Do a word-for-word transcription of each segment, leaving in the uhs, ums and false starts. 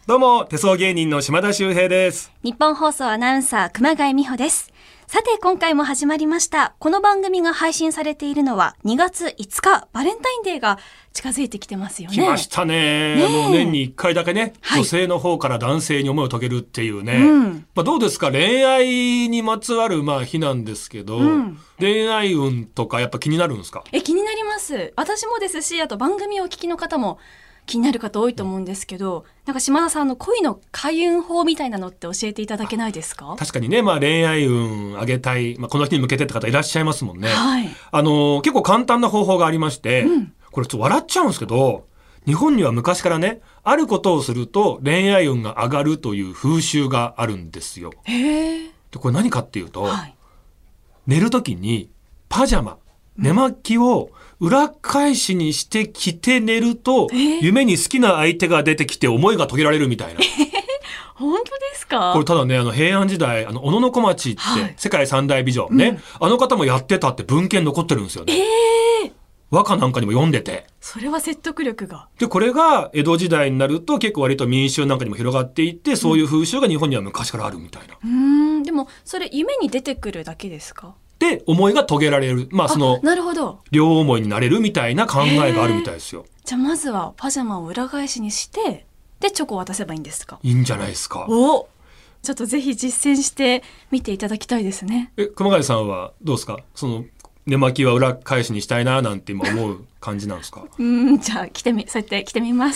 どうも手相芸人の島田秀平です。 日本放送アナウンサー熊谷美穂です。さて今回も始まりました。この番組が配信されているのはにがついつか、バレンタインデーが近づいてきてますよね。 来ましたね。ねもう年にいっかいだけね、はい、女性の方から男性に思いを遂げるっていうね、うん、まあ、どうですか、恋愛にまつわるまあ日なんですけど、うん、恋愛運とかやっぱ気になるんですか？ え気になります。私もですし、あと番組をお聞きの方も気になる方多いと思うんですけど、なんか島田さんの恋の開運法みたいなのって教えていただけないですか？ 確かにね、まあ、恋愛運上げたい、まあ、この日に向けてって方いらっしゃいますもんね、 はい、 あの結構簡単な方法がありまして、うん、これちょっと笑っちゃうんですけど、日本には昔からね、あることをすると恋愛運が上がるという風習があるんですよ。 へー。 でこれ何かっていうと、 はい、 寝るときにパジャマ、寝巻きを裏返しにして着て寝ると、えー、夢に好きな相手が出てきて思いが遂げられるみたいな。 本当ですか？ これただね、あの平安時代、あの小野小町って世界三大美女、はい、ね、うん、あの方もやってたって文献残ってるんですよね。 えー、 和歌なんかにも読んでて、 それは説得力が。 でこれが江戸時代になると結構割と民衆なんかにも広がっていって、そういう風習が日本には昔からあるみたいな。 うーん、でもそれ夢に出てくるだけですか？ で思いが遂げられる、まあそのなるほど、 両思いになれるみたいな考えがあるみたいですよ。 じゃあまずはパジャマを裏返しにしてでチョコを渡せばいいんですか？ いいんじゃないですか。 お、ちょっとぜひ実践してみていただきたいですね。 え熊谷さんはどうですか？その寝巻きは裏返しにしたいななんて今思う感じなんですか？ うんじゃあ着てみそうやって着てみます。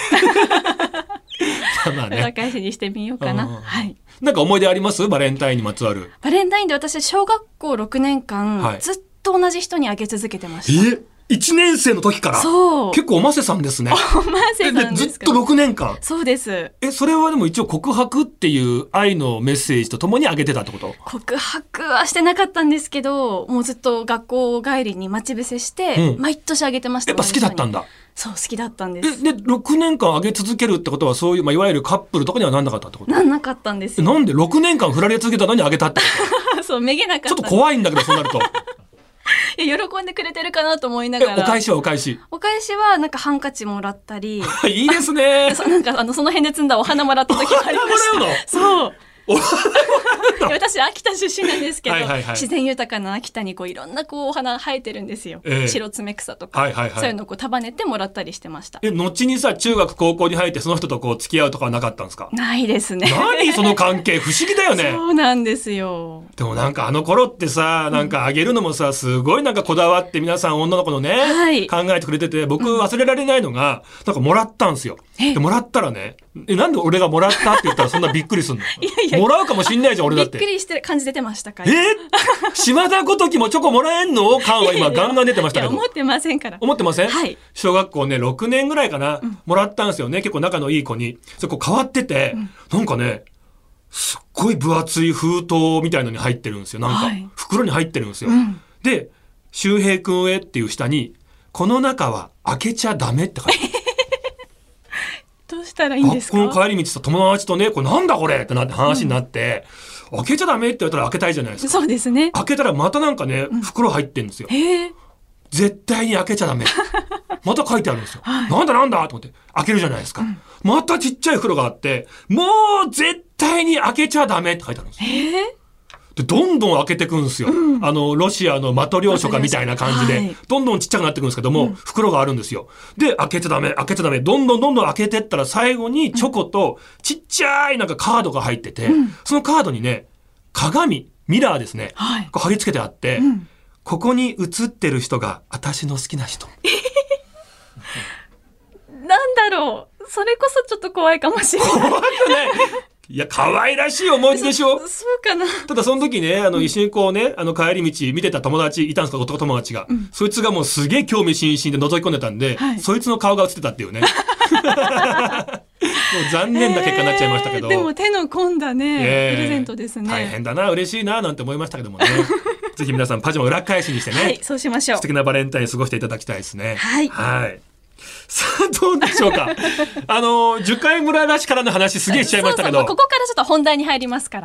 まあね、裏返しにしてみようかな。はい。 なんか思い出あります？バレンタインにまつわる。 バレンタインで私小学校ろくねんかん、はい、ずっと同じ人にあげ続けてました。 えいちねん生の時から？ そう、 結構おませさんですね。 おませさんですか？ ずっとろくねんかん。 そうです。 えそれはでも一応告白っていう愛のメッセージとともにあげてたってこと？ 告白はしてなかったんですけど、もうずっと学校帰りに待ち伏せして、うん、毎年あげてました。 やっぱ好きだったんだ。 そう好きだったんです。 えでろくねんかんあげ続けるってことはそういう、まあ、いわゆるカップルとかにはなんなかったってこと？ なんなかったんですよ。 なんでろくねんかん振られ続けたのにあげたってことそうめげなかった。 ちょっと怖いんだけどそうなるといや喜んでくれてるかなと思いながら。 お返しはお返しお返しはなんかハンカチもらったりいいですね。 そ, なんかあのその辺で積んだお花もらった時もありました。 お花もらうの？ そう私秋田出身なんですけど、はいはいはい、自然豊かな秋田にこういろんなこうお花生えてるんですよ、えー、白爪草とか、はいはいはい、そういうのをこう束ねてもらったりしてました。 え後にさ中学高校に入ってその人とこう付き合うとかはなかったんですか？ ないですね。 何その関係不思議だよね。 そうなんですよ。 でもなんかあの頃ってさ、なんかあげるのもさすごいなんかこだわって皆さん女の子のね、はい、考えてくれてて、僕忘れられないのが、うん、なんかもらったんですよ。でもらったらね、えなんで俺がもらったって言ったらそんなびっくりすんの？いやいやもらうかもしんないじゃん俺だって。 びっくりしてる感じ出てましたか？ えー、島田ごときもチョコもらえんの感は今ガンガン出てましたけど。 いや思ってませんから。 思ってません？ はい。 小学校ねろくねんぐらいかな、うん、もらったんですよね。結構仲のいい子に。そこ変わってて、うん、なんかねすっごい分厚い封筒みたいのに入ってるんですよ。なんか、はい、袋に入ってるんですよ、うん、で周平くんへっていう下にこの中は開けちゃダメって書いてある。 どうしたらいいんですか？ 学校の帰り道さ友達とねこれなんだこれってなって話になって、うん、開けちゃダメって言われたら開けたいじゃないですか。 そうですね。 開けたらまたなんかね、うん、袋入ってるんですよ。 へー、 絶対に開けちゃダメまた書いてあるんですよ、はい、なんだなんだと思って開けるじゃないですか、うん、またちっちゃい袋があってもう絶対に開けちゃダメって書いてあるんですよ。 へー、 でどんどん開けていくんですよ、うん、あのロシアのマトリョーショカみたいな感じで、はい、どんどんちっちゃくなっていくんですけども、うん、袋があるんですよ。で開けちゃダメ開けちゃダメどんどんどんどん開けてったら最後にチョコとちっちゃいなんかカードが入ってて、うん、そのカードにね鏡ミラーですね、はい、こう貼り付けてあって、うん、ここに写ってる人が私の好きな人なんだろう、それこそちょっと怖いかもしれない。 怖くないいや可愛らしい思い出でしょ。 そ, そうかな。 ただその時ねあの一緒にこうねあの帰り道見てた友達いたんですか、男友達が、うん、そいつがもうすげえ興味津々で覗き込んでたんで、はい、そいつの顔が映ってたっていうねもう残念な結果になっちゃいましたけど、 えー、でも手の込んだね、えー、プレゼントですね。 大変だな嬉しいななんて思いましたけどもねぜひ皆さんパジャマ裏返しにしてね、 はい、そうしましょう。 素敵なバレンタイン過ごしていただきたいですね。 はい、 はい。さあどうでしょうかあの樹海村らしからの話すげえしちゃいましたけど、 そうそう、ここからちょっと本題に入りますから。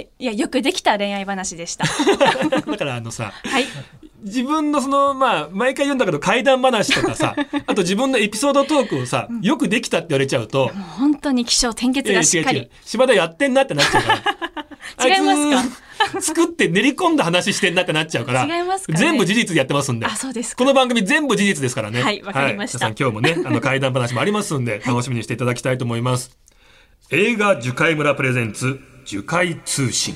そうですね、 はい、いやよくできた恋愛話でしただからあのさ、 はい、 自分のそのまあ毎回言うんだけど怪談話とかさあと自分のエピソードトークをさ、うん、よくできたって言われちゃうともう本当に起承転結がしっかり、えー、違う違う島田やってんなってなっちゃうから違いますか作って練り込んだ話してんなってなっちゃうから違いますか、ね、 全部事実でやってますんで。 あ、そうですか。 この番組全部事実ですからね。 はい、わかりました、 はい、皆さん今日もねあの怪談話もありますんで楽しみにしていただきたいと思います、はい、映画樹海村プレゼンツ樹海通信。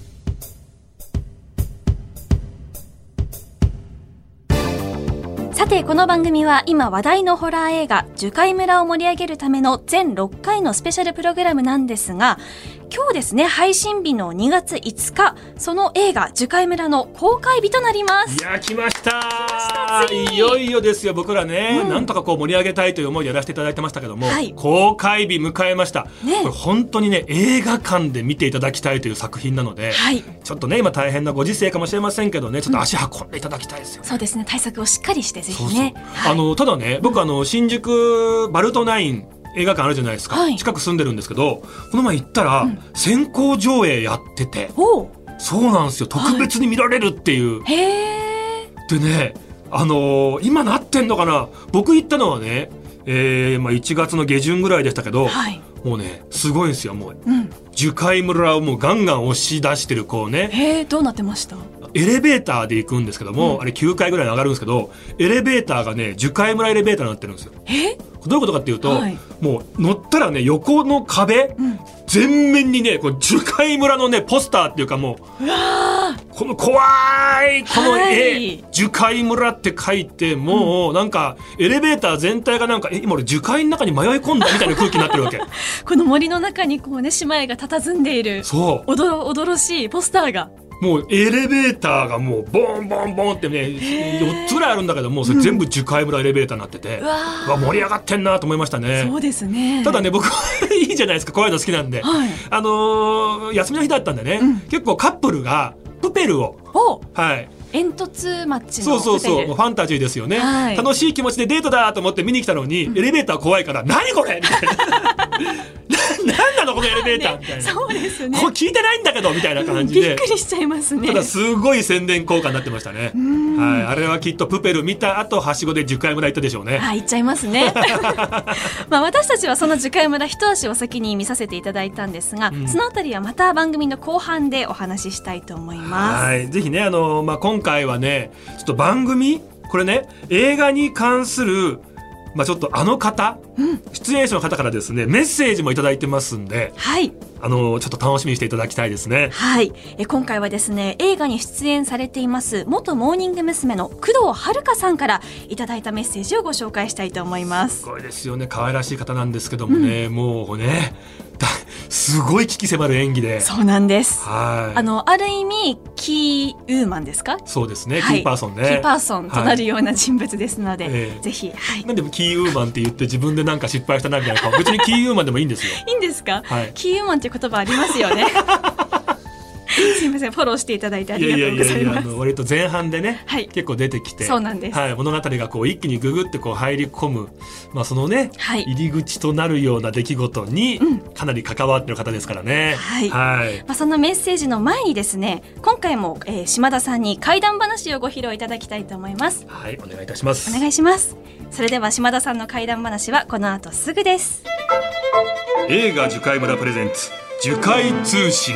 さてこの番組は今話題のホラー映画樹海村を盛り上げるための全ろっかいのスペシャルプログラムなんですが、今日ですね配信日のにがついつかその映画樹海村の公開日となります。 いや来ましたいよいよですよ。僕らね、うん、なんとかこう盛り上げたいという思いでやらせていただいてましたけども、はい、公開日迎えました、ね、これ本当にね映画館で見ていただきたいという作品なので、はい、ちょっとね今大変なご時世かもしれませんけどねちょっと足運んでいただきたいですよね、うん、 そうですね対策をしっかりしてぜひね。 そうそう、はい、あのただね僕あの新宿バルトナイン映画館あるじゃないですか、はい、近く住んでるんですけどこの前行ったら、うん、先行上映やっててそうなんですよ特別に見られるっていう、はい、へーでねあのー、今なってんのかな。僕行ったのはね、えーまあ、いちがつの下旬ぐらいでしたけど、はい、もうねすごいんですよもう、うん、樹海村をもうガンガン押し出してるこうね。 へーどうなってました。 エレベーターで行くんですけども、うん、あれきゅうかいぐらい上がるんですけどエレベーターがね樹海村エレベーターになってるんですよ。えどういうことかっていうと、はい、もう乗ったらね横の壁、うん、全面にねこう樹海村のねポスターっていうかもう、うわこの怖いこの絵樹海村って書いてもう、うん、なんかエレベーター全体がなんかえ今俺樹海の中に迷い込んだみたいな空気になってるわけこの森の中にこうね姉妹が佇んでいるそうおどろ驚しいポスターがもうエレベーターがもうボンボンボンってねよっつぐらいあるんだけどもそれ全部樹海村エレベーターになってて、うん、うわ盛り上がってんなと思いましたね。 そうですね。 ただね僕いいじゃないですかこういうの好きなんで、はい、あのー、休みの日だったんでね、うん、結構カップルがプペルをはい煙突マッチのそうそうそうもうファンタジーですよね、はい、楽しい気持ちでデートだと思って見に来たのに、うん、エレベーター怖いから何これみたいな何なのこのエレベーターみたいな、 そうですねこれ聞いてないんだけどみたいな感じでびっくりしちゃいますね。 ただすごい宣伝効果になってましたね。はい、あれはきっとプペル見た後はしごで樹海村行ったでしょうね。 はい行っちゃいますねまあ私たちはその樹海村一足お先に見させていただいたんですが、うん、そのあたりはまた番組の後半でお話ししたいと思います。 はいぜひねあの、まあ、今回はねちょっと番組これね映画に関するまあ、ちょっとあの方、うん、出演者の方からですねメッセージもいただいてますんで、はい、あのちょっと楽しみにしていただきたいですね。 はい、え今回はですね映画に出演されています元モーニング娘。の工藤遥さんからいただいたメッセージをご紹介したいと思います。 すごいですよね可愛らしい方なんですけどもね、うん、もうねすごい危機迫る演技で。 そうなんです。はいあのある意味キーウーマンですか。 そうですね、はい、キーパーソンねキーパーソンとなるような人物ですので、はいえー、ぜひ、はい、 なんでキーウーマンって言って自分でなんか失敗したなみたいな顔別にキーウーマンでもいいんですよいいんですか、はい、キーウーマンっていう言葉ありますよねすいませんフォローしていただいてありがとうございます。いやいやいやあの割と前半でね、はい、結構出てきてそうなんです、 はい、物語がこう一気にググってこう入り込む、まあ、そのね、はい、入り口となるような出来事にかなり関わっている方ですからね、 うんはいはいまあ、そのメッセージの前にですね今回も、えー、島田さんに怪談話をご披露いただきたいと思います。 はいお願いいたします。 お願いします。それでは島田さんの怪談話はこの後すぐです。 映画樹海村プレゼンツ樹海通信。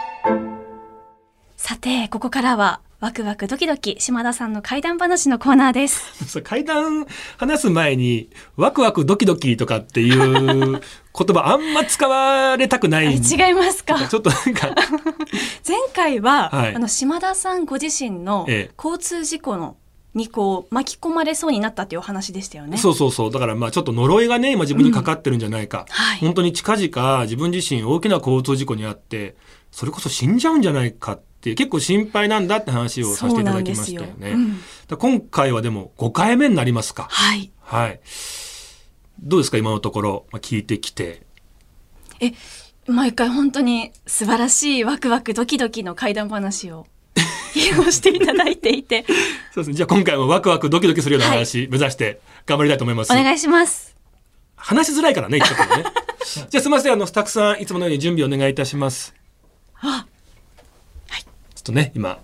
さてここからはワクワクドキドキ島田さんの怪談話のコーナーです怪談話す前にワクワクドキドキとかっていう言葉あんま使われたくない違いますか。 ちょっとなんか前回は、はい、あの島田さんご自身の交通事故のにこう巻き込まれそうになったっていうお話でしたよね。 そうそうそうだからまあちょっと呪いがね今自分にかかってるんじゃないか、うんはい、本当に近々自分自身大きな交通事故にあってそれこそ死んじゃうんじゃないかって結構心配なんだって話をさせていただきましたよね。よ、うん、だ今回はでもごかいめになりますか。 はい、はい、 どうですか今のところ、まあ、聞いてきて。 え毎回本当に素晴らしいワクワクドキドキの怪談話を披露していただいていてそうですねじゃあ今回もワクワクドキドキするような話、はい、目指して頑張りたいと思います。 お願いします。 話しづらいからね言っちゃったねじゃあすみませんあのスタッフさんいつものように準備お願いいたします。あはい、ちょっとね今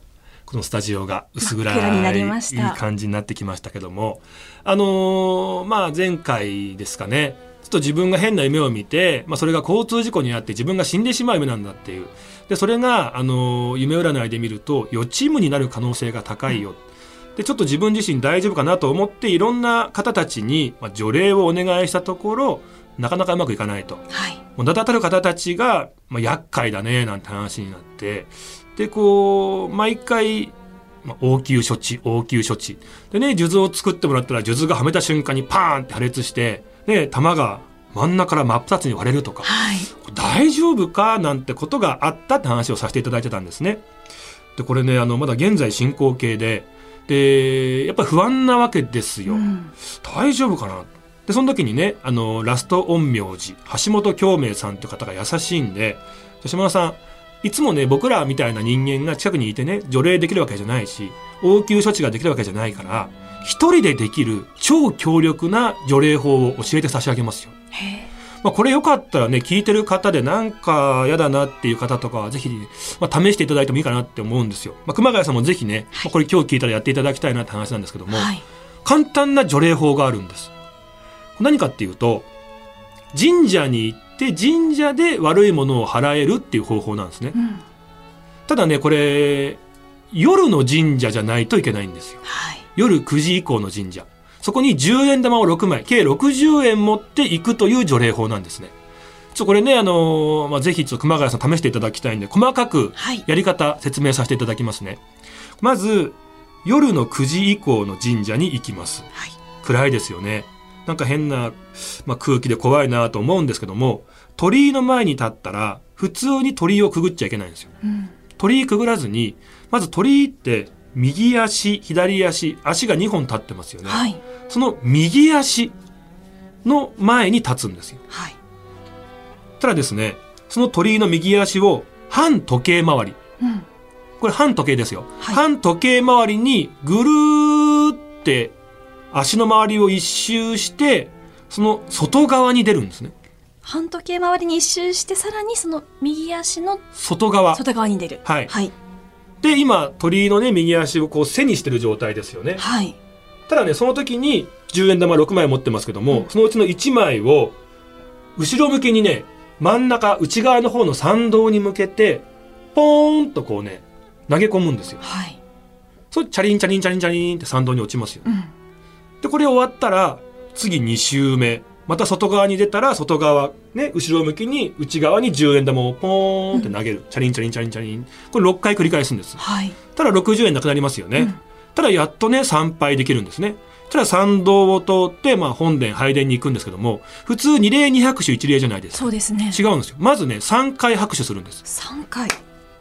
このスタジオが薄暗い真っ暗になりましたいい感じになってきましたけども、あのーまあ前回ですかね、ちょっと自分が変な夢を見て、まあ、それが交通事故にあって自分が死んでしまう夢なんだっていう。でそれが、あのー夢占いで見ると予知夢になる可能性が高いよ、うん、でちょっと自分自身大丈夫かなと思っていろんな方たちに、まあ、除霊をお願いしたところなかなかうまくいかないと、 はい、 もう名だたる方たちが、まあ、厄介だねなんて話になって、でこう毎回、まあ、応急処置応急処置でね、数珠を作ってもらったら数珠がはめた瞬間にパーンって破裂して、ね、弾が真ん中から真っ二つに割れるとか、 はい、 大丈夫かなんてことがあったって話をさせていただいてたんですね。でこれね、あのまだ現在進行形で、でやっぱり不安なわけですよ、うん、大丈夫かな。でその時にね、あのラスト陰陽師橋本京明さんという方が優しいんで、島田さんいつもね僕らみたいな人間が近くにいてね除霊できるわけじゃないし応急処置ができるわけじゃないから、一人でできる超強力な除霊法を教えて差し上げますよ。 へー、 まあ、これよかったらね聞いてる方でなんか嫌だなっていう方とかはぜひ、まあ、試していただいてもいいかなって思うんですよ。まあ、熊谷さんもぜひね、はい、まあ、これ今日聞いたらやっていただきたいなって話なんですけども、はい、簡単な除霊法があるんです。何かっていうと、神社に行って神社で悪いものを払えるっていう方法なんですね、うん、ただねこれ夜の神社じゃないといけないんですよ、はい、夜くじ以降の神社、そこにじゅうえん玉をろくまい計ろくじゅうえん持っていくという除霊法なんですね。ちょこれね、あのーまあ、ぜひちょっと熊谷さん試していただきたいんで細かくやり方説明させていただきますね、はい、まず夜のくじ以降の神社に行きます、はい、暗いですよね。なんか変な、まあ、空気で怖いなと思うんですけども、鳥居の前に立ったら普通に鳥居をくぐっちゃいけないんですよ、うん、鳥居くぐらずにまず鳥居って右足左足足がにほん立ってますよね、はい、その右足の前に立つんですよ、はい、ただですねその鳥居の右足を反時計回り、うん、これ反時計ですよ、はい、反時計回りにぐるーって足の周りを一周してその外側に出るんですね。 反時計回りに一周してさらにその右足の外側外側に出る、 はいはい、で今鳥居のね右足をこう背にしてる状態ですよね、はい、ただねその時にじゅうえん玉ろくまい持ってますけども、うん、そのうちのいちまいを後ろ向きにね真ん中内側の方の参道に向けてポーンとこうね投げ込むんですよ、はい、それチャリンチャリンチャリンチャリンって参道に落ちますよ、うん、でこれ終わったら次に周目また外側に出たら外側ね後ろ向きに内側にじゅうえん玉をポーンって投げる、うん、チャリンチャリンチャリンチャリン、これろっかい繰り返すんです、はい、ただろくじゅうえんなくなりますよね、うん、ただやっとね参拝できるんですね。ただ参道を通って、まあ、本殿拝殿に行くんですけども、普通に礼に拍手いち礼じゃないですか。 そうですね。 違うんですよ。まずねさんかい拍手するんです。 さんかい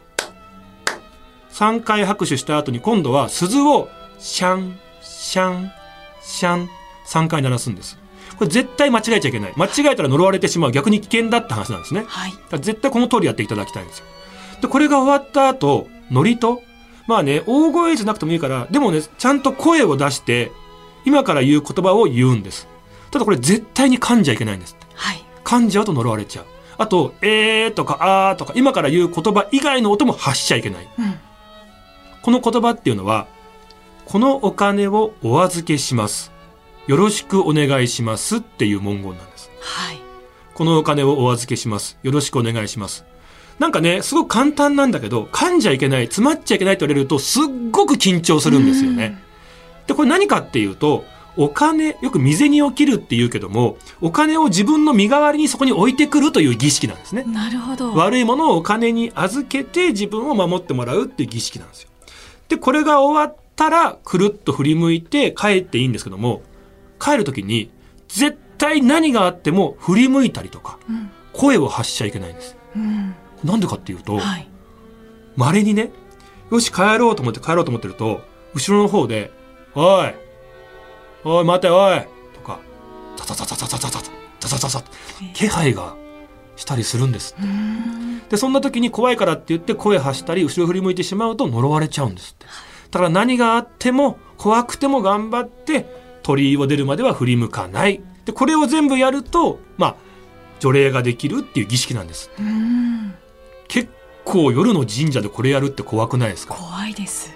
さんかい拍手した後に今度は鈴をシャンシャンシャンさんかい鳴らすんです。これ絶対間違えちゃいけない。間違えたら呪われてしまう、逆に危険だって話なんですね、はい、だから絶対この通りやっていただきたいんですよ。でこれが終わった後祝詞、まあね大声じゃなくてもいいからでもねちゃんと声を出して今から言う言葉を言うんです。ただこれ絶対に噛んじゃいけないんですって、はい、噛んじゃうと呪われちゃう。あとえーとかあーとか今から言う言葉以外の音も発しちゃいけない、うん、この言葉っていうのはこのお金をお預けしますよろしくお願いしますっていう文言なんです、はい、このお金をお預けしますよろしくお願いします。なんかねすごく簡単なんだけど噛んじゃいけない詰まっちゃいけないと言われるとすっごく緊張するんですよね。でこれ何かっていうとお金よく身銭を切るって言うけどもお金を自分の身代わりにそこに置いてくるという儀式なんですね。 なるほど。 悪いものをお金に預けて自分を守ってもらうっていう儀式なんですよ。でこれが終わったらくるっと振り向いて帰っていいんですけども、帰る時に絶対何があっても振り向いたりとか、うん、声を発しちゃいけないんです、うん、なんでかっていうと、はい、稀にねよし帰ろうと思って帰ろうと思ってると後ろの方でおいおい待ておいとかザザザザザザザザザザザザ気配がしたりするんです。でそんな時に怖いからって言って声発したり後ろ振り向いてしまうと呪われちゃうんですって。だから何があっても怖くても頑張って鳥居を出るまでは振り向かない。でこれを全部やるとまあ除霊ができるっていう儀式なんです。うーん結構夜の神社でこれやるって怖くないですか？ 怖いです。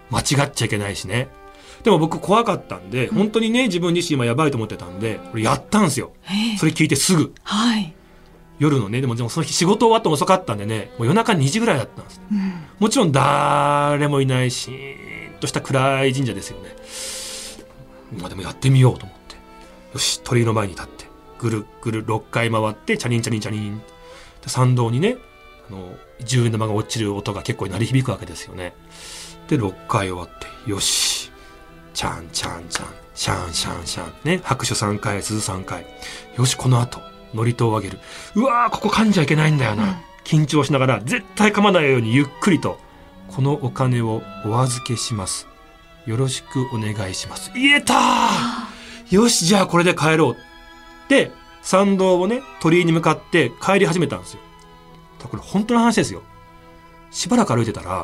間違っちゃいけないしね。でも僕怖かったんで、うん、本当にね自分自身今やばいと思ってたんでこれやったんですよ。それ聞いてすぐ、 はい、 夜のねでもでもその日仕事終わって遅かったんでねもう夜中にじぐらいだったんです、うん、もちろん誰もいないしーんとした暗い神社ですよね。まあでもやってみようと思ってよし鳥居の前に立ってぐるぐるろっかい回ってチャリンチャリンチャリン参道にねあのじゅうえん玉が落ちる音が結構鳴り響くわけですよね。でろっかい終わってよしチャンチャンチャンシャンシャンシャンね拍手さんかい鈴さんかいよしこの後祝詞をあげる。うわーここ噛んじゃいけないんだよな、うん、緊張しながら絶対噛まないようにゆっくりとこのお金をお預けしますよろしくお願いします。言えたーよしじゃあこれで帰ろうで参道をね鳥居に向かって帰り始めたんですよ。これ本当の話ですよ。しばらく歩いてたら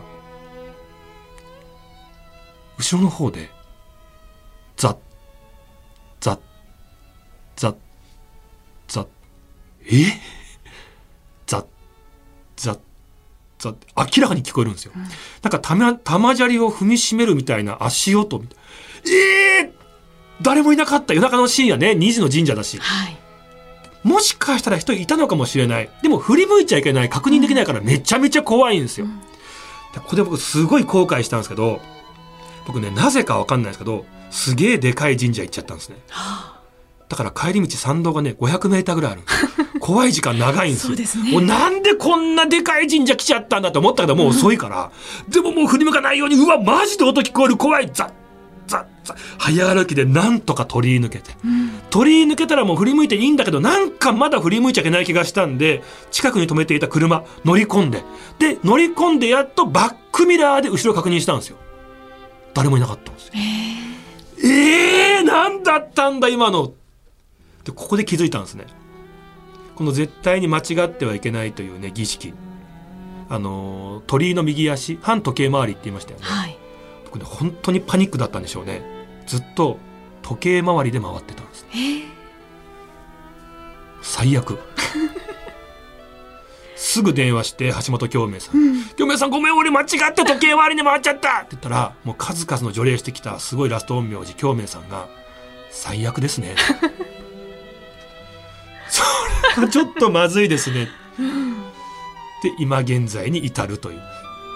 後ろの方でザッザッザッザッえザッザッザッ明らかに聞こえるんですよ、うん、なんか玉玉砂利を踏みしめるみたいな足音みたいな。えー、誰もいなかった。夜中の深夜ねにじの神社だし、はい、もしかしたら人いたのかもしれない。でも振り向いちゃいけない確認できないからめちゃめちゃ怖いんですよ、うん、でここで僕すごい後悔したんですけど僕ねなぜかわかんないですけどすげえでかい神社行っちゃったんですね、はあ、だから帰り道参道がねごひゃくメーターぐらいあるんですよ怖い時間長いんですよ。そうですね、もうなんでこんなでかい神社来ちゃったんだと思ったけどもう遅いから、うん、でももう振り向かないようにうわマジで音聞こえる怖いザッザッザッ早歩きでなんとか鳥居抜けて、うん、鳥居抜けたらもう振り向いていいんだけどなんかまだ振り向いちゃいけない気がしたんで近くに止めていた車乗り込んでで乗り込んでやっとバックミラーで後ろ確認したんですよ。誰もいなかったんですよ。えー、えー、なんだったんだ今のでここで気づいたんですね。この絶対に間違ってはいけないというね儀式あのー、鳥居の右足反時計回りって言いましたよね、はい、僕ね本当にパニックだったんでしょうね。ずっと時計回りで回ってたんです、えー、最悪すぐ電話して橋本京明さん、うん、京明さんごめん俺間違って時計回りに回っちゃったって言ったらもう数々の除霊してきたすごいラスト陰陽師京明さんが最悪ですねそれはちょっとまずいですねで今現在に至るという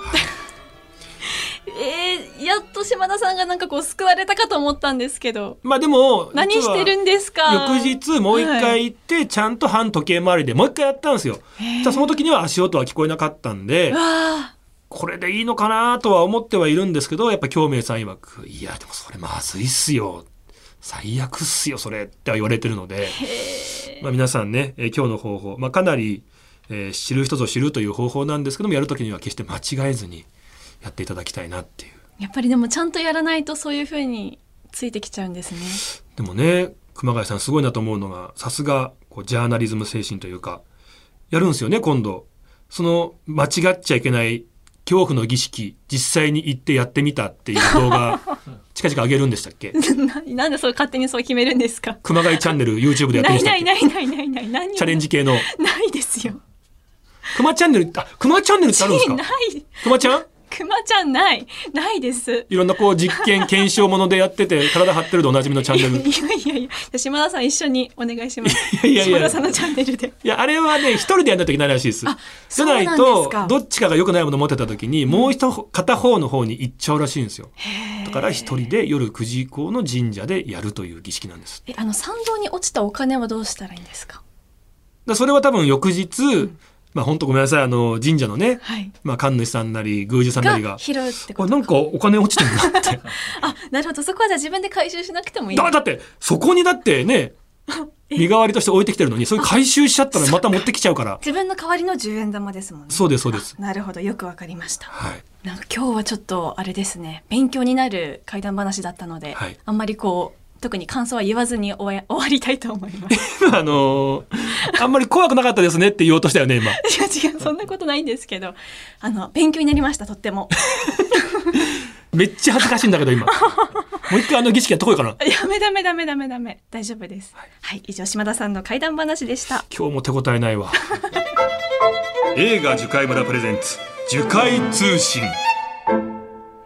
えー、やっと島田さんがなんかこう救われたかと思ったんですけどまあでも何してるんですか。 翌日もう一回行ってちゃんと反時計回りでもう一回やったんですよ。その時には足音は聞こえなかったんでこれでいいのかなとは思ってはいるんですけどやっぱ京明さん曰くいやでもそれまずいっすよ最悪っすよそれって言われてるので、まあ、皆さんね、えー、今日の方法、まあ、かなり、えー、知る人ぞ知るという方法なんですけどもやるときには決して間違えずにやっていただきたいなっていう。 やっぱりでもちゃんとやらないとそういう風についてきちゃうんですね。 でもね熊谷さんすごいなと思うのがさすがこうジャーナリズム精神というかやるんですよね。今度その間違っちゃいけない恐怖の儀式実際に行ってやってみたっていう動画近々上げるんでしたっけな, なんでそう勝手にそう決めるんですか。 熊谷チャンネル YouTube でやってるんでしたっけ。 ないないないないないないチャレンジ系のないですよ。 熊チャンネルあ熊チャンネルってあるんですか。 ない熊ちゃん熊ちゃんないないです。 いろんなこう実験検証ものでやってて体張ってるでおなじみのチャンネル。 いやいやいや島田さん一緒にお願いします。 いやいやいや島田さんのチャンネルで。 いやあれはね一人でやんないといけないらしいです。じゃないとどっちかが良くないものを持ってた時に、うん、もう一片方の方に行っちゃうらしいんですよ。だから一人で夜くじ以降の神社でやるという儀式なんです。 えあの参道に落ちたお金はどうしたらいいんですか。 だそれは多分翌日、うんまあ本当ごめんなさいあの神社のね、はい、まあ神主さんなり宮司さんなりが拾うってことか。 なんかお金落ちてるなってあなるほどそこはじゃあ自分で回収しなくてもいい。 だ, だってそこにだってね身代わりとして置いてきてるのにそれ回収しちゃったらまた持ってきちゃうから自分の代わりのじゅうえん玉ですもんね。 そうですそうです。 なるほどよくわかりました、 はい、 なんか今日はちょっとあれですね勉強になる怪談話だったので、はい、あんまりこう特に感想は言わずに終わ、終わりたいと思いますあのー、あんまり怖くなかったですねって言おうとしたよね今。 違う違うそんなことないんですけどあの勉強になりましたとってもめっちゃ恥ずかしいんだけど今もう一回あの儀式やっとこうかな。 やめダメダメダメダメ大丈夫です、はい、はい、以上島田さんの怪談話でした。 今日も手応えないわ映画樹海村プレゼンツ樹海通信。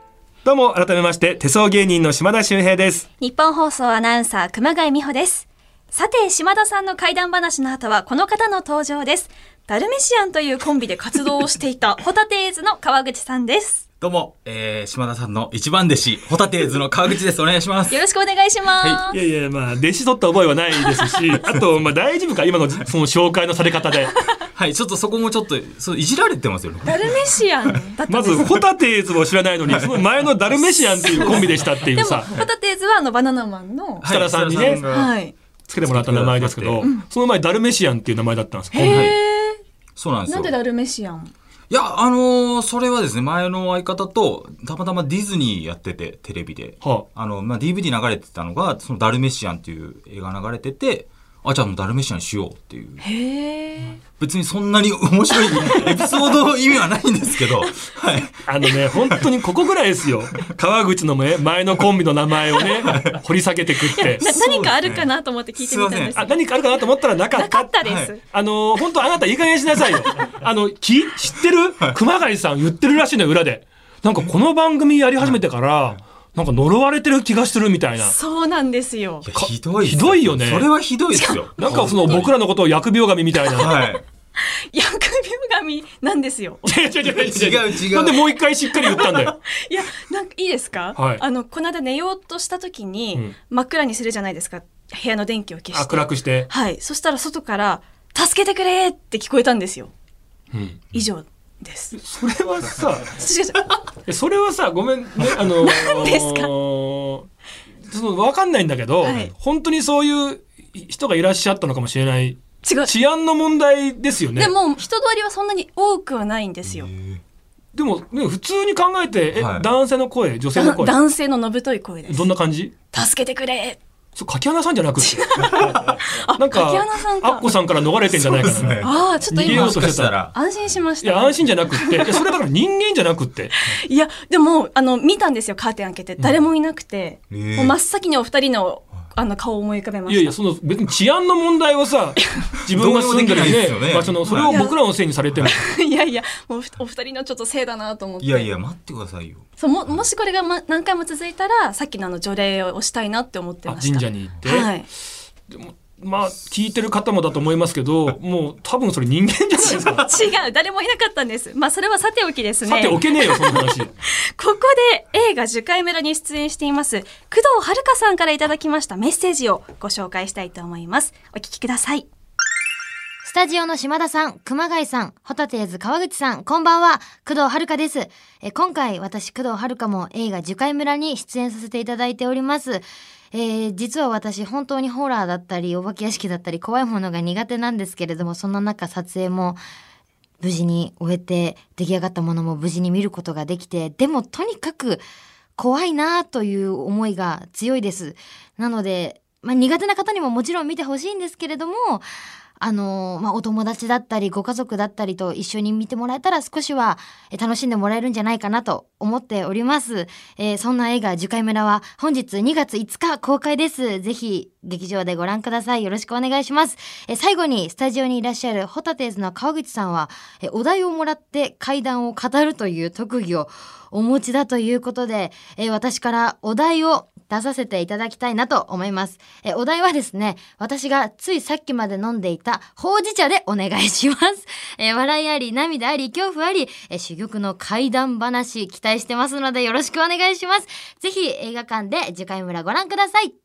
どうも改めまして手相芸人の島田秀平です。 日本放送アナウンサー熊谷美穂です。さて島田さんの怪談話の後はこの方の登場です。ダルメシアンというコンビで活動をしていたホタテーズの川口さんです。 どうも、えー、島田さんの一番弟子ホタテーズの川口です。お願いします。 よろしくお願いします、 はい、いやいや、まあ弟子取った覚えはないですしあと、まあ、大丈夫か今のその紹介のされ方ではい、ちょっとそこもちょっとそういじられてますよね。 ダルメシアンだったんですまずホタテーズを知らないのにその前のダルメシアンっていうコンビでしたっていうさ。 でもホタテーズはあのバナナマンの設楽さんにね、 はい、 つけてもらった名前ですけど、うん、その前ダルメシアンっていう名前だったんです。 へー、はい、 そうなんですよ。 なんでダルメシアン？ いや、あのー、それはですね、前の相方とたまたまディズニーやっててテレビで、はあ、あのまあ、ディーブイディー 流れてたのがそのダルメシアンっていう映画流れてて、あ、じゃあもうダルメシアンしようっていう。 へー、 別にそんなに面白いエピソード意味はないんですけど、はい、 あのね本当にここぐらいですよ。川口の前のコンビの名前をね掘り下げてくってな何かあるかなと思って聞いてみたんです。 あ、何かあるかなと思ったらなかった。 なかったです、 はい、あの本当あなたいい加減しなさいよ。あのき知ってる、はい、熊谷さん言ってるらしいの裏で、なんかこの番組やり始めてから、はい、なんか呪われてる気がするみたいな。 そうなんですよ。 いやひどいひどいよね。 それはひどいですよ。 なんかその僕らのことを疫病神みたいな、はい、 疫病神なんですよ。 違う違う違う違う違う。 なんでもう一回しっかり言ったんだよ。 いや、なんかいいですか、はい、あのこの間寝ようとした時に、うん、真っ暗にするじゃないですか、部屋の電気を消して。 あ、暗くして、 はい、そしたら外から助けてくれって聞こえたんですよ、うん、以上です。 それはさそれはさごめんね、あのー、 何ですか。 その分かんないんだけど、はい、本当にそういう人がいらっしゃったのかもしれない。違う、治安の問題ですよね。 でも人通りはそんなに多くはないんですよ。 でも、ね、普通に考えて、え、はい、男性の声、女性の声。 男性ののぶとい声です。 どんな感じ？ 助けてくれ。 そう、柿花さんじゃなくてあ、 なんか柿花さんか、 アッコさんから逃れてんじゃないかな、 ね、 ああ、ちょっと今逃げようとしてたら安心しました。 いや、安心じゃなくっていや、それだから人間じゃなくっていや、でもあの見たんですよ、カーテン開けて誰もいなくて、うん、もう真っ先にお二人のあの顔を思い浮かべました。 いやいや、その別に治安の問題をさ自分が住んでるね、場所のそれを僕らのせいにされてもいやいや、もうお二人のちょっとせいだなと思って。 いやいや、待ってくださいよ。 そう、 も, もしこれが、ま、何回も続いたらさっきのあの除霊をしたいなって思ってました。 神社に行って、 はい、 でもまあ聞いてる方もだと思いますけどもう多分それ人間じゃないですか違う、誰もいなかったんです。まあそれはさておきですね。 さておけねえよその話ここで映画樹海村に出演しています工藤遥さんからいただきましたメッセージをご紹介したいと思います。お聞きください。 スタジオの島田さん、熊谷さん、ホタテーズ川口さん、こんばんは。工藤遥です。え今回私工藤遥も映画樹海村に出演させていただいております。えー、実は私本当にホラーだったりお化け屋敷だったり怖いものが苦手なんですけれども、そんな中撮影も無事に終えて出来上がったものも無事に見ることができて、でもとにかく怖いなという思いが強いです。なので、まあ、苦手な方にももちろん見てほしいんですけれども、あのまあ、お友達だったりご家族だったりと一緒に見てもらえたら少しは楽しんでもらえるんじゃないかなと思っております。えー、そんな映画樹海村は本日にがついつか公開です。ぜひ劇場でご覧ください。よろしくお願いします。えー、最後にスタジオにいらっしゃるホタテーズの川口さんは、えー、お題をもらって怪談を語るという特技をお持ちだということで、えー、私からお題を出させていただきたいなと思います。えお題はですね、私がついさっきまで飲んでいたほうじ茶でお願いします。え笑いあり涙あり恐怖あり、え珠玉の怪談話期待してますのでよろしくお願いします。ぜひ映画館で樹海村ご覧ください。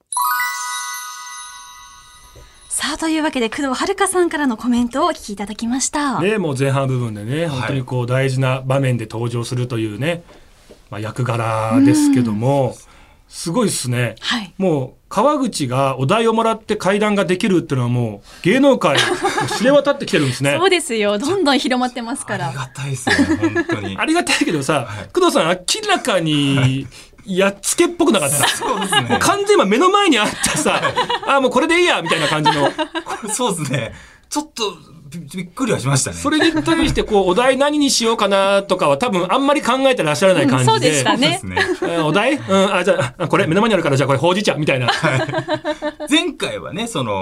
さあ、というわけで工藤遥さんからのコメントをお聞きいただきました。 ね、もう前半部分でね、本当にこう大事な場面で登場するというね、まあ、役柄ですけども、すごいですね、はい、もう川口がお題をもらって怪談ができるっていうのはもう芸能界知れ渡ってきてるんですねそうですよ、どんどん広まってますから。 ありがたいですね、本当にありがたいけどさ、はい、工藤さん明らかにやっつけっぽくなかった。 そうですね、 もう完全に今目の前にあったさあ、もうこれでいいやみたいな感じのそうですね、ちょっとびっくりはしましたね。 それに対してこうお題何にしようかなとかは多分あんまり考えてらっしゃらない感じで、うん、 そうでしたね。 お題、うん、あ、じゃあこれ目の前にあるからじゃあこれほうじ茶みたいな、 はい、前回はね、その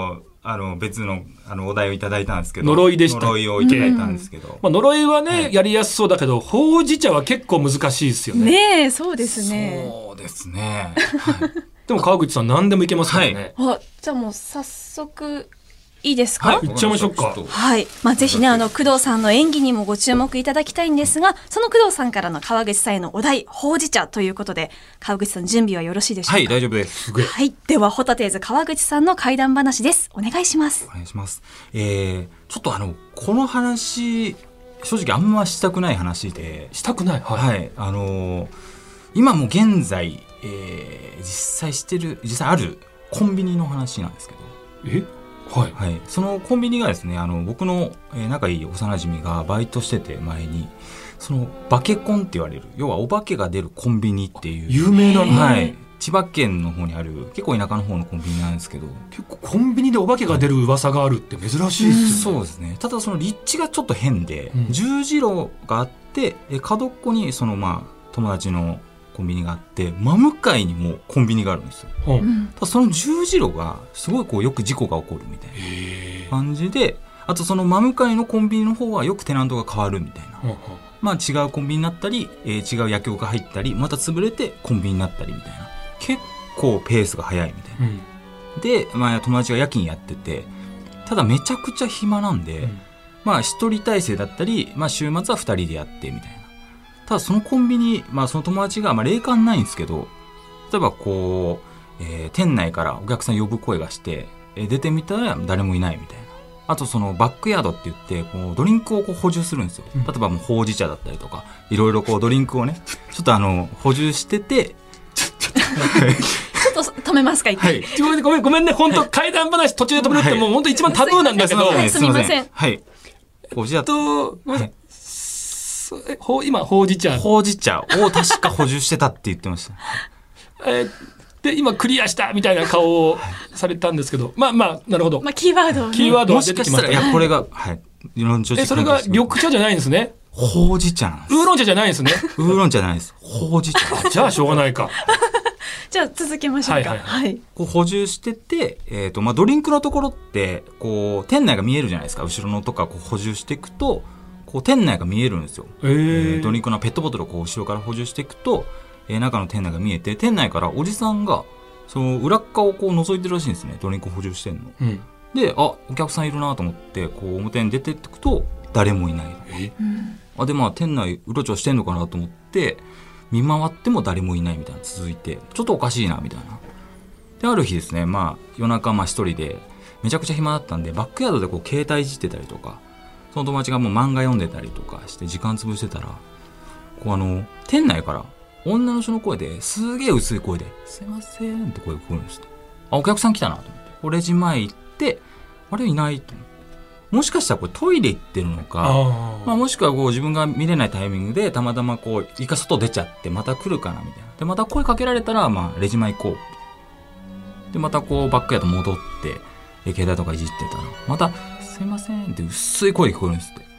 あの別のあのお題をいただいたんですけど、 呪いでした呪いをいただいたんですけど、うんまあ、呪いはね、 はい、 やりやすそうだけどほうじ茶は結構難しいですよね。 ねえそうですね。 そうですね、はい、 でも川口さん何でもいけますからね、 はい、あじゃあもう早速いいですか。 はい、いっちゃいましょうか。 はい、まあ、ぜひねあの工藤さんの演技にもご注目いただきたいんですが、その工藤さんからの川口さんへのお題ほうじ茶ということで、川口さん準備はよろしいでしょうか。 はい大丈夫です。 はい、ではホタテーズ川口さんの怪談話です。お願いします。 お願いします。えー、ちょっとあのこの話正直あんましたくない話で、 したくない、はい、 はい、あのー、今も現在、えー、実際してる実際あるコンビニの話なんですけど、 えはいはい、そのコンビニがですね、あの僕の、えー、仲いい幼馴染がバイトしてて前に、そのバケコンって言われる、要はお化けが出るコンビニっていう有名なの、 はい、千葉県の方にある結構田舎の方のコンビニなんですけど、 結構コンビニでお化けが出る噂があるって珍しいですよね。 そうですね。ただその立地がちょっと変で、 うん、 十字路があってえ角っこにそのまあ友達のコンビニがあって、真向かいにもコンビニがあるんですよ。 うん、 ただその十字路がすごいこうよく事故が起こるみたいな感じで、あとその真向かいのコンビニの方はよくテナントが変わるみたいな、うんうん、まあ違うコンビニになったり、えー、違う薬局が入ったり、また潰れてコンビニになったりみたいな、結構ペースが速いみたいな、うん、で、まあ、友達が夜勤やってて、ただめちゃくちゃ暇なんで、うん、まあ一人体制だったり、まあ、週末は二人でやってみたいな。ただそのコンビニ、まあ、その友達が、まあ、霊感ないんですけど、例えばこう、えー、店内からお客さん呼ぶ声がして、えー、出てみたら誰もいないみたいな。あとそのバックヤードって言ってこうドリンクをこう補充するんですよ。例えばもうほうじ茶だったりとかいろいろこうドリンクをねちょっとあの補充しててちょっと止めますか一回、 はい、ごめんごめんね本当、はい、怪談話途中で止めるってもう本当一番タブーなんだけど、 はい、すみません。 はいほうじ茶と、はい、ほ今ほうじ茶ほうじ茶を確か補充してたって言ってましたえーで今クリアしたみたいな顔をされたんですけど、まあまあなるほど、 まあ、キーワードを、ね、 キーワードは出てきました。 もしかしたらいやこれが、はい、 えそれが緑茶じゃないんですね。 ほうじ茶なんです。 ウーロン茶じゃないんですね。 ウーロン茶じゃないです。ほうじ茶。 じゃあしょうがないか。 じゃあ続けましょうか。はいはいはい、 こう補充してて、えーとまあ、ドリンクのところってこう店内が見えるじゃないですか。後ろのとかこう補充していくとこう店内が見えるんですよ。 えーえー、ドリンクのペットボトルをこう後ろから補充していくと、えー、中の店内が見えて、店内からおじさんがその裏側をこう覗いてるらしいんですね。ドリンク補充してんの、うん、で、あ、お客さんいるなと思ってこう表に出ていくと誰もいない。え、あでまあ店内うろちょろしてんのかなと思って見回っても誰もいないみたいな続いて、ちょっとおかしいなみたいな。である日ですね、まあ夜中まあ一人でめちゃくちゃ暇だったんでバックヤードでこう携帯いじってたりとか、その友達がもう漫画読んでたりとかして時間潰してたら、こうあの店内から女の人の声ですげえ薄い声で「すいません」って声が聞こえるんです。あ、お客さん来たなと思って、レジ前行ってあれいないと思って、もしかしたらこれトイレ行ってるのか、あ、まあ、もしくはこう自分が見れないタイミングでたまたまこう一回外出ちゃってまた来るかなみたいな。でまた声かけられたらまあレジ前行こうで、またこうバックヤード戻って携帯とかいじってたらまた「すいません」って薄い声聞こえるんですって。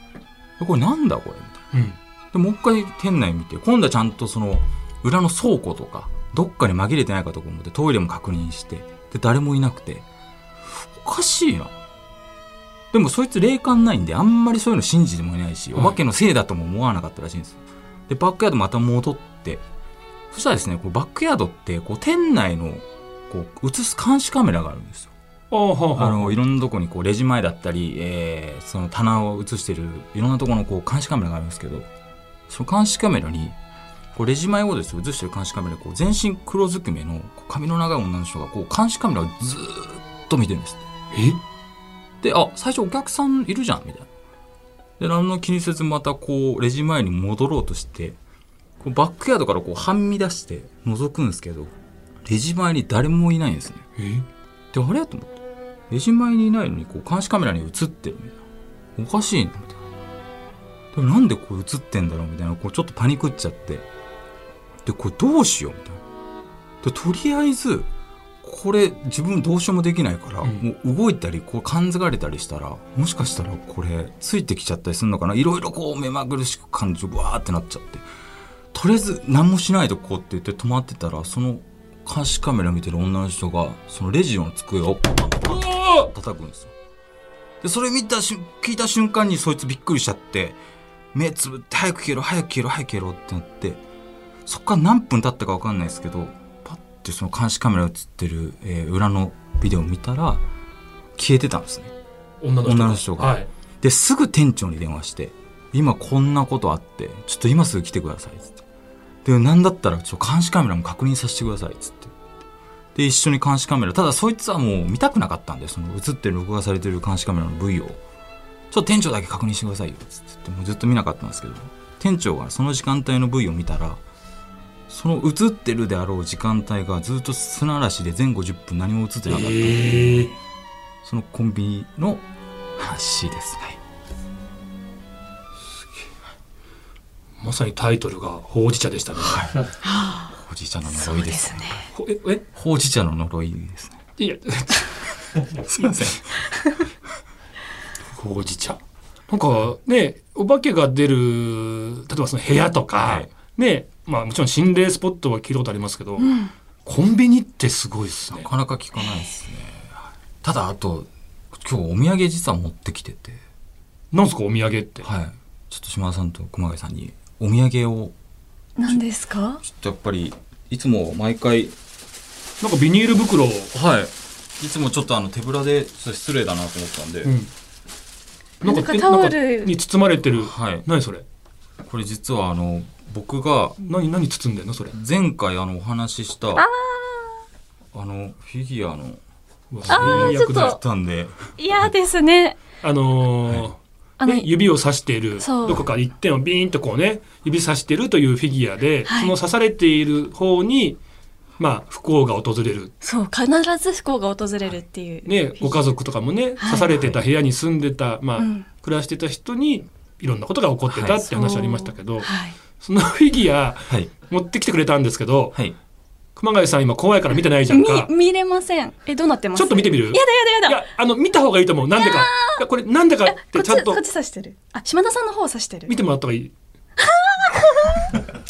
これなんだこれみたいな、うん、でもう一回店内見て、今度はちゃんとその裏の倉庫とかどっかに紛れてないかとか思ってトイレも確認して、で誰もいなくておかしいな。でもそいつ霊感ないんであんまりそういうの信じてもいないし、お化けのせいだとも思わなかったらしいんですよ。でバックヤードまた戻って、そしたらですね、こうバックヤードってこう店内のこう映す監視カメラがあるんですよ。あのいろんなとこにこうレジ前だったり、えー、その棚を映してるいろんなところのこう監視カメラがあるんですけど、その監視カメラにこうレジ前をです映してる監視カメラでこう全身黒ずくめの髪の長い女の人がこう監視カメラをずーっと見てるんですって。えで、あ、最初お客さんいるじゃんみたいな。で何の気にせずまたこうレジ前に戻ろうとしてこうバックヤードからこう半身出して覗くんですけど、レジ前に誰もいないんですね。えであれと思って、レジ前にいないのにこう監視カメラに映ってるみたいな、おかしいなみたいな。でもなんでこう映ってんだろうみたいな、こうちょっとパニクっちゃって、でこれどうしようみたいな。でとりあえずこれ自分どうしようもできないから、うん、もう動いたりこう感づかれたりしたらもしかしたらこれついてきちゃったりするのかな、いろいろこう目まぐるしく感じわーってなっちゃって、とりあえず何もしないとこうって言って止まってたら、その監視カメラ見てる女の人がそのレジの机をパンパンパンお叩くんですよ。でそれ見たし聞いた瞬間にそいつびっくりしちゃって目つぶって早く消えろ早く消えろ早く消えろってなって、そっから何分経ったか分かんないですけどパッてその監視カメラ映ってる、えー、裏のビデオを見たら消えてたんですね、 女の人が。 女の人が、はい、ですぐ店長に電話して今こんなことあってちょっと今すぐ来てくださいっつって、でなんだったらちょっと監視カメラも確認させてくださいっつって、で一緒に監視カメラ、ただそいつはもう見たくなかったんでその映ってる録画されてる監視カメラの V をちょっと店長だけ確認してくださいよっつってもうずっと見なかったんですけど、店長がその時間帯の V を見たらその映ってるであろう時間帯がずっと砂嵐で前後じゅっぷん何も映ってなかった、えー、そのコンビニの話ですね。 まさにタイトルがほうじ茶でしたね。 はい、ほうじ茶の呪いです。 そうですね。 ええほうじ茶の呪いですね。 いやすいません。 ほうじ茶。なんかね、お化けが出る例えばその部屋とか、はい、ね、まあもちろん心霊スポットは聞いたことありますけど、うん、コンビニってすごいですね。 なかなか聞かないですね。ただあと今日お土産実は持ってきてて。 なんですかお土産って。 はい。ちょっと島田さんと熊谷さんにお土産を。 何ですか。 ちょっとやっぱりいつも毎回なんかビニール袋を。はい。 いつもちょっとあの手ぶらで失礼だなと思ったんで。うん、 なんかタオルに包まれてる。はい。何それ。 これ実はあの僕が何何包んでんのそれ。 前回あのお話ししたああのフィギュアの。 ああちょっと嫌ですね。 あのーはいあのね、指を刺しているどこか一点をビーンとこうね指刺しているというフィギュアで、はい、その刺されている方にまあ不幸が訪れる。 そう必ず不幸が訪れるっていう、 ね、ご家族とかもね、はい、刺されてた部屋に住んでた、まあうん、暮らしてた人にいろんなことが起こってたって話ありましたけど、はい、そのフィギュア、はい、持ってきてくれたんですけど、はい、熊谷さん今怖いから見てないじゃんか。 見, 見れません。えどうなってます。 ちょっと見てみる。 やだやだやだ。 いやあの見た方がいいと思う。なんでかこれなんでかってちゃんとこっち刺してる。あ島田さんの方を刺してる。 見てもらった方がいい。 やだ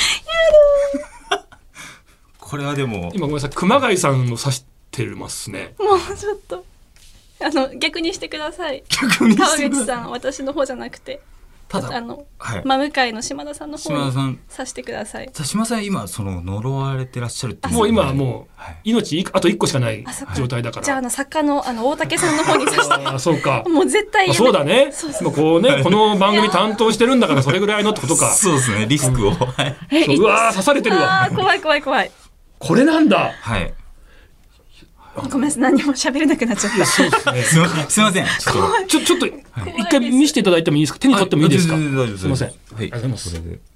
これはでも今ごめんなさい熊谷さんを刺してますね。 もうちょっとあの逆にしてください。 逆にしてください。 川口さん私の方じゃなくてただあの、はい、真向かいの島田さんの方に刺してください。 島田さん今その呪われてらっしゃるっていう。 もう今はもう、はい、命あといっこしかない状態だから。 じゃああの作家のあの大竹さんの方に刺してあそうかもう絶対そうだね。そうそうもうこうねこの番組担当してるんだからそれぐらいのってことか。 そうですねリスクを、うん、 そううわ刺されてるわ。 怖い怖い怖い。 これなんだ。 はいごめんなさい何も喋れなくなっちゃった。 そうですね、 すみませんちょっとちょちょっと一回見せていただいてもいいですか。手に取ってもいいですか。すみません。はい、 ありがとうございます。それで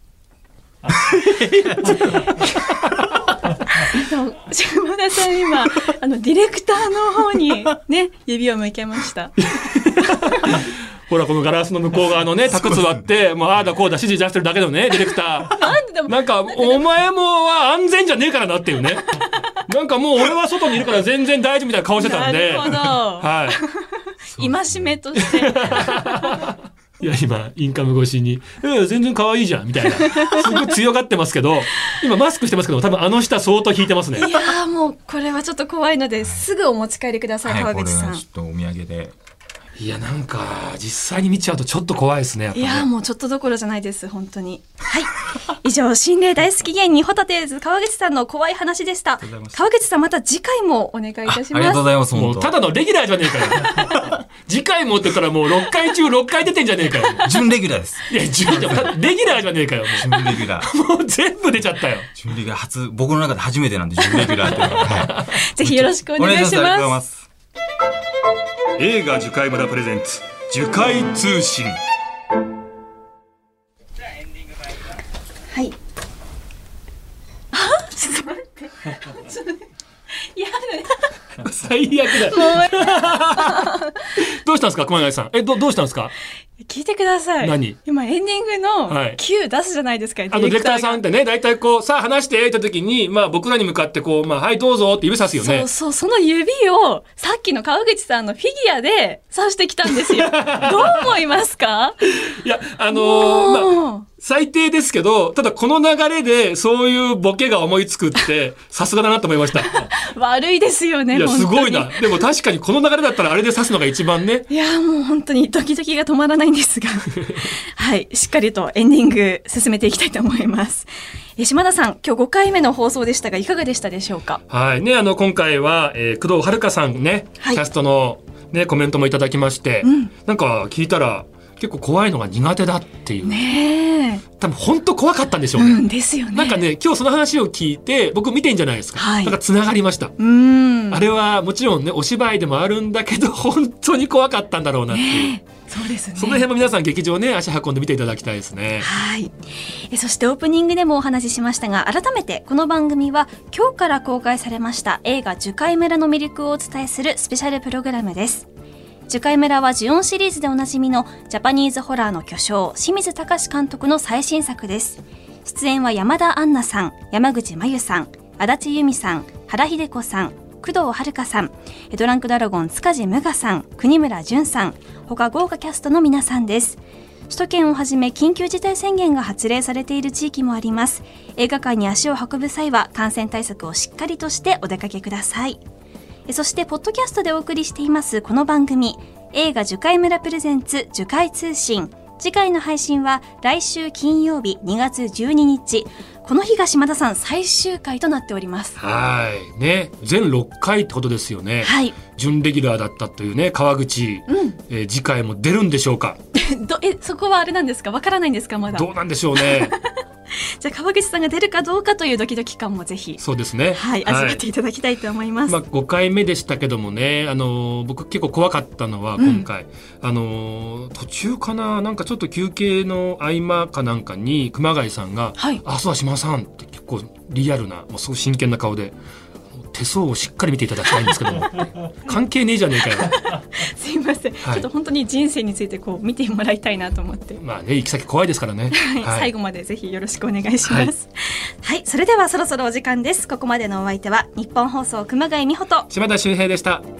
島田さん今あのディレクターの方にね指を向けました。 ほらこのガラスの向こう側のねタクツ割ってもうああだこうだ指示出してるだけのねディレクターなんででもなんかお前もは安全じゃねえからなっていうねなんかもう俺は外にいるから全然大丈夫みたいな顔してたんで。 なるほど。はい戒めとしていや今インカム越しに「え全然可愛いじゃん」みたいなすごい強がってますけど今マスクしてますけど多分あの下相当引いてますね。 いやもうこれはちょっと怖いのですぐお持ち帰りください、はい、川口さん。 これはちょっとお土産で。 いやなんか実際に見ちゃうとちょっと怖いですね。やっぱねいやもうちょっとどころじゃないです本当に。はい以上心霊大好き芸人ホタテーズ川口さんの怖い話でした。川口さんまた次回もお願いいたします。 あ, ありがとうございます。 もうただのレギュラーじゃねえかよ次回もって言ったらもうろっかい中ろっかい出てんじゃねえかよ準レギュラーです。 いや準レギュラーじゃねえかよ。 準レギュラーもう全部出ちゃったよ。 準レギュラー初僕の中で初めてなんで準レギュラーって、はい、ぜひよろしくお願いします。 お願いします。ありがとうございます。 映画樹海村プレゼンツ樹海通信。 はいあちょっと待ってちょっとやだ最悪だどうしたんですか熊谷さん。え ど, どうしたんですか。 聞いてください。 何今エンディングの Q 出すじゃないですか、はい、 あのディレクターさんってね大体こうさあ話してって時に、まあ、僕らに向かってこう、まあ、はいどうぞって指さすよね。 そうそうその指をさっきの川口さんのフィギュアで刺してきたんですよどう思いますか。 いや、あのー、まあ、最低ですけど、ただこの流れでそういうボケが思いつくって、さすがだなと思いました。 悪いですよね。 いや、すごいな。でも確かにこの流れだったらあれで刺すのが一番ね。 いや、もう本当にドキドキが止まらないんですが。はい、しっかりとエンディング進めていきたいと思います。島田さん、今日ごかいめの放送でしたがいかがでしたでしょうか。 はいね、あの今回は、えー、工藤遥さんね、はい、キャストの、ね、コメントもいただきまして、うん、なんか聞いたら結構怖いのが苦手だっていうね。 多分本当怖かったんでしょうね、 うん、ですよね。 なんかね、今日その話を聞いて僕見てんじゃないですか、はい、なんかつながりました。 うん、 あれはもちろんねお芝居でもあるんだけど本当に怖かったんだろうなっていう、 ね、そうですね。 その辺も皆さん劇場ね足運んで見ていただきたいですね。 はい。えそしてオープニングでもお話ししましたが、改めてこの番組は今日から公開されました映画樹海村の魅力をお伝えするスペシャルプログラムです。樹海村はジュオンシリーズでおなじみのジャパニーズホラーの巨匠清水崇監督の最新作です。出演は山田杏奈さん、山口真由さん、足立由美さん、原秀子さん、工藤遥さん、ドランクドラゴン塚地無我さん、国村淳さん、他豪華キャストの皆さんです。首都圏をはじめ緊急事態宣言が発令されている地域もあります。映画館に足を運ぶ際は感染対策をしっかりとしてお出かけください。そしてポッドキャストでお送りしていますこの番組、映画樹海村プレゼンツ樹海通信、次回の配信は来週金曜日にがつじゅうににち、この日が島田さん最終回となっております。 はいね、全ろっかいってことですよね。 はい、 準レギュラーだったというね川口、うんえー、次回も出るんでしょうか。 どえそこはあれなんですか、わからないんですか、まだ。 どうなんでしょうね。 じゃあ川口さんが出るかどうかというドキドキ感もぜひそうですね、 はい、味わっていただきたいと思います。 はい、まあ、ごかいめでしたけどもね、あのー、僕結構怖かったのは今回、うん、あのー、途中かな、なんかちょっと休憩の合間かなんかに熊谷さんが、はい、あ、そうだ島田さんって結構リアルなもうすごい真剣な顔で手相をしっかり見ていただきたいんですけども関係ねえじゃねえかよ。すいません、はい、ちょっと本当に人生についてこう見てもらいたいなと思って。まあね、行き先怖いですからね。はいはい、最後までぜひよろしくお願いします。はい、はい、それではそろそろお時間です。ここまでのお相手は日本放送熊谷美穂と島田秀平でした。